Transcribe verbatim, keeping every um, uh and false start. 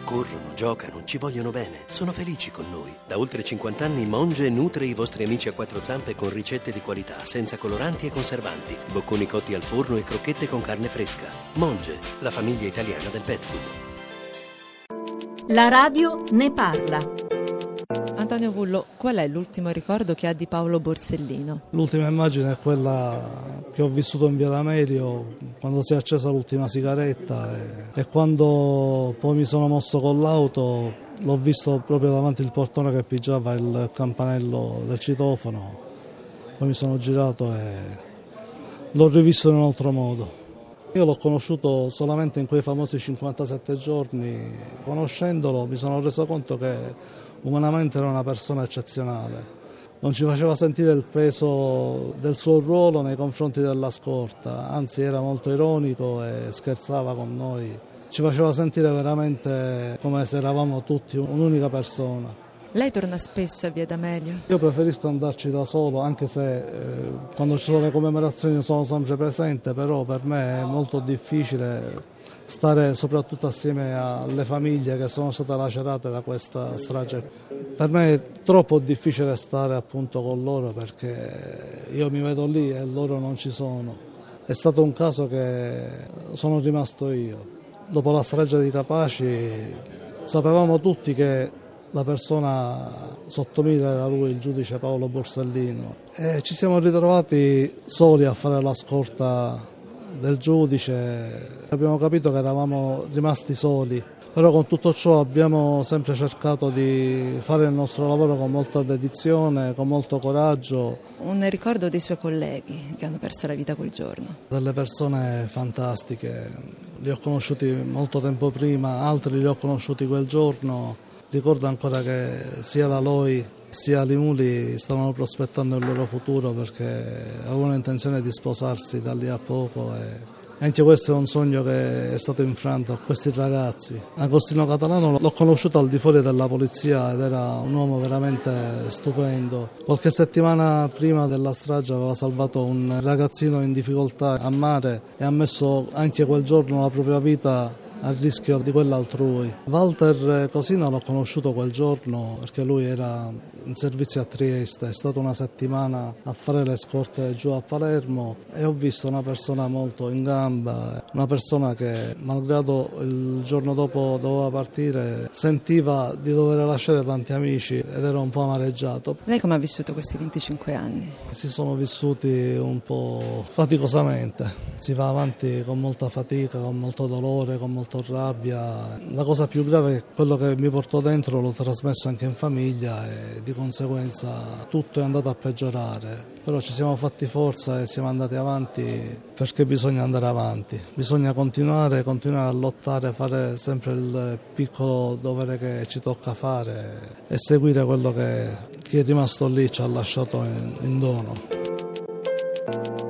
corrono, giocano, ci vogliono bene, sono felici con noi. Da oltre cinquanta anni Monge nutre i vostri amici a quattro zampe con ricette di qualità, senza coloranti e conservanti, bocconi cotti al forno e crocchette con carne fresca. Monge, la famiglia italiana del pet food. La radio ne parla. Antonio Vullo, qual è l'ultimo ricordo che ha di Paolo Borsellino? L'ultima immagine è quella che ho vissuto in via D'Amelio, quando si è accesa l'ultima sigaretta e, e quando poi mi sono mosso con l'auto l'ho visto proprio davanti al portone che pigiava il campanello del citofono, poi mi sono girato e l'ho rivisto in un altro modo. Io l'ho conosciuto solamente in quei famosi cinquantasette giorni, conoscendolo mi sono reso conto che umanamente era una persona eccezionale. Non ci faceva sentire il peso del suo ruolo nei confronti della scorta, anzi era molto ironico e scherzava con noi. Ci faceva sentire veramente come se eravamo tutti un'unica persona. Lei torna spesso a via D'Amelio? Io preferisco andarci da solo, anche se eh, quando ci sono le commemorazioni sono sempre presente, però per me è molto difficile stare soprattutto assieme alle famiglie che sono state lacerate da questa strage. Per me è troppo difficile stare appunto con loro perché io mi vedo lì e loro non ci sono. È stato un caso che sono rimasto io. Dopo la strage di Capaci sapevamo tutti che la persona sotto mira era lui, il giudice Paolo Borsellino, e ci siamo ritrovati soli a fare la scorta del giudice. Abbiamo capito che eravamo rimasti soli, però con tutto ciò abbiamo sempre cercato di fare il nostro lavoro con molta dedizione, con molto coraggio. Un ricordo dei suoi colleghi che hanno perso la vita quel giorno? Delle persone fantastiche, li ho conosciuti molto tempo prima, altri li ho conosciuti quel giorno. Ricordo ancora che sia la Loi sia Limuli stavano prospettando il loro futuro perché avevano intenzione di sposarsi da lì a poco e anche questo è un sogno che è stato infranto a questi ragazzi. Agostino Catalano l'ho conosciuto al di fuori della polizia ed era un uomo veramente stupendo. Qualche settimana prima della strage aveva salvato un ragazzino in difficoltà a mare e ha messo anche quel giorno la propria vita a rischio di quella altrui. Walter Cosina l'ho conosciuto quel giorno perché lui era in servizio a Trieste, è stata una settimana a fare le scorte giù a Palermo e ho visto una persona molto in gamba, una persona che malgrado il giorno dopo doveva partire sentiva di dover lasciare tanti amici ed era un po' amareggiato. Lei come ha vissuto questi venticinque anni? Si sono vissuti un po' faticosamente, si va avanti con molta fatica, con molto dolore, con molta rabbia. La cosa più grave è che quello che mi porto dentro l'ho trasmesso anche in famiglia e di conseguenza tutto è andato a peggiorare, però ci siamo fatti forza e siamo andati avanti perché bisogna andare avanti, bisogna continuare, continuare a lottare, fare sempre il piccolo dovere che ci tocca fare e seguire quello che chi è rimasto lì ci ha lasciato in, in dono.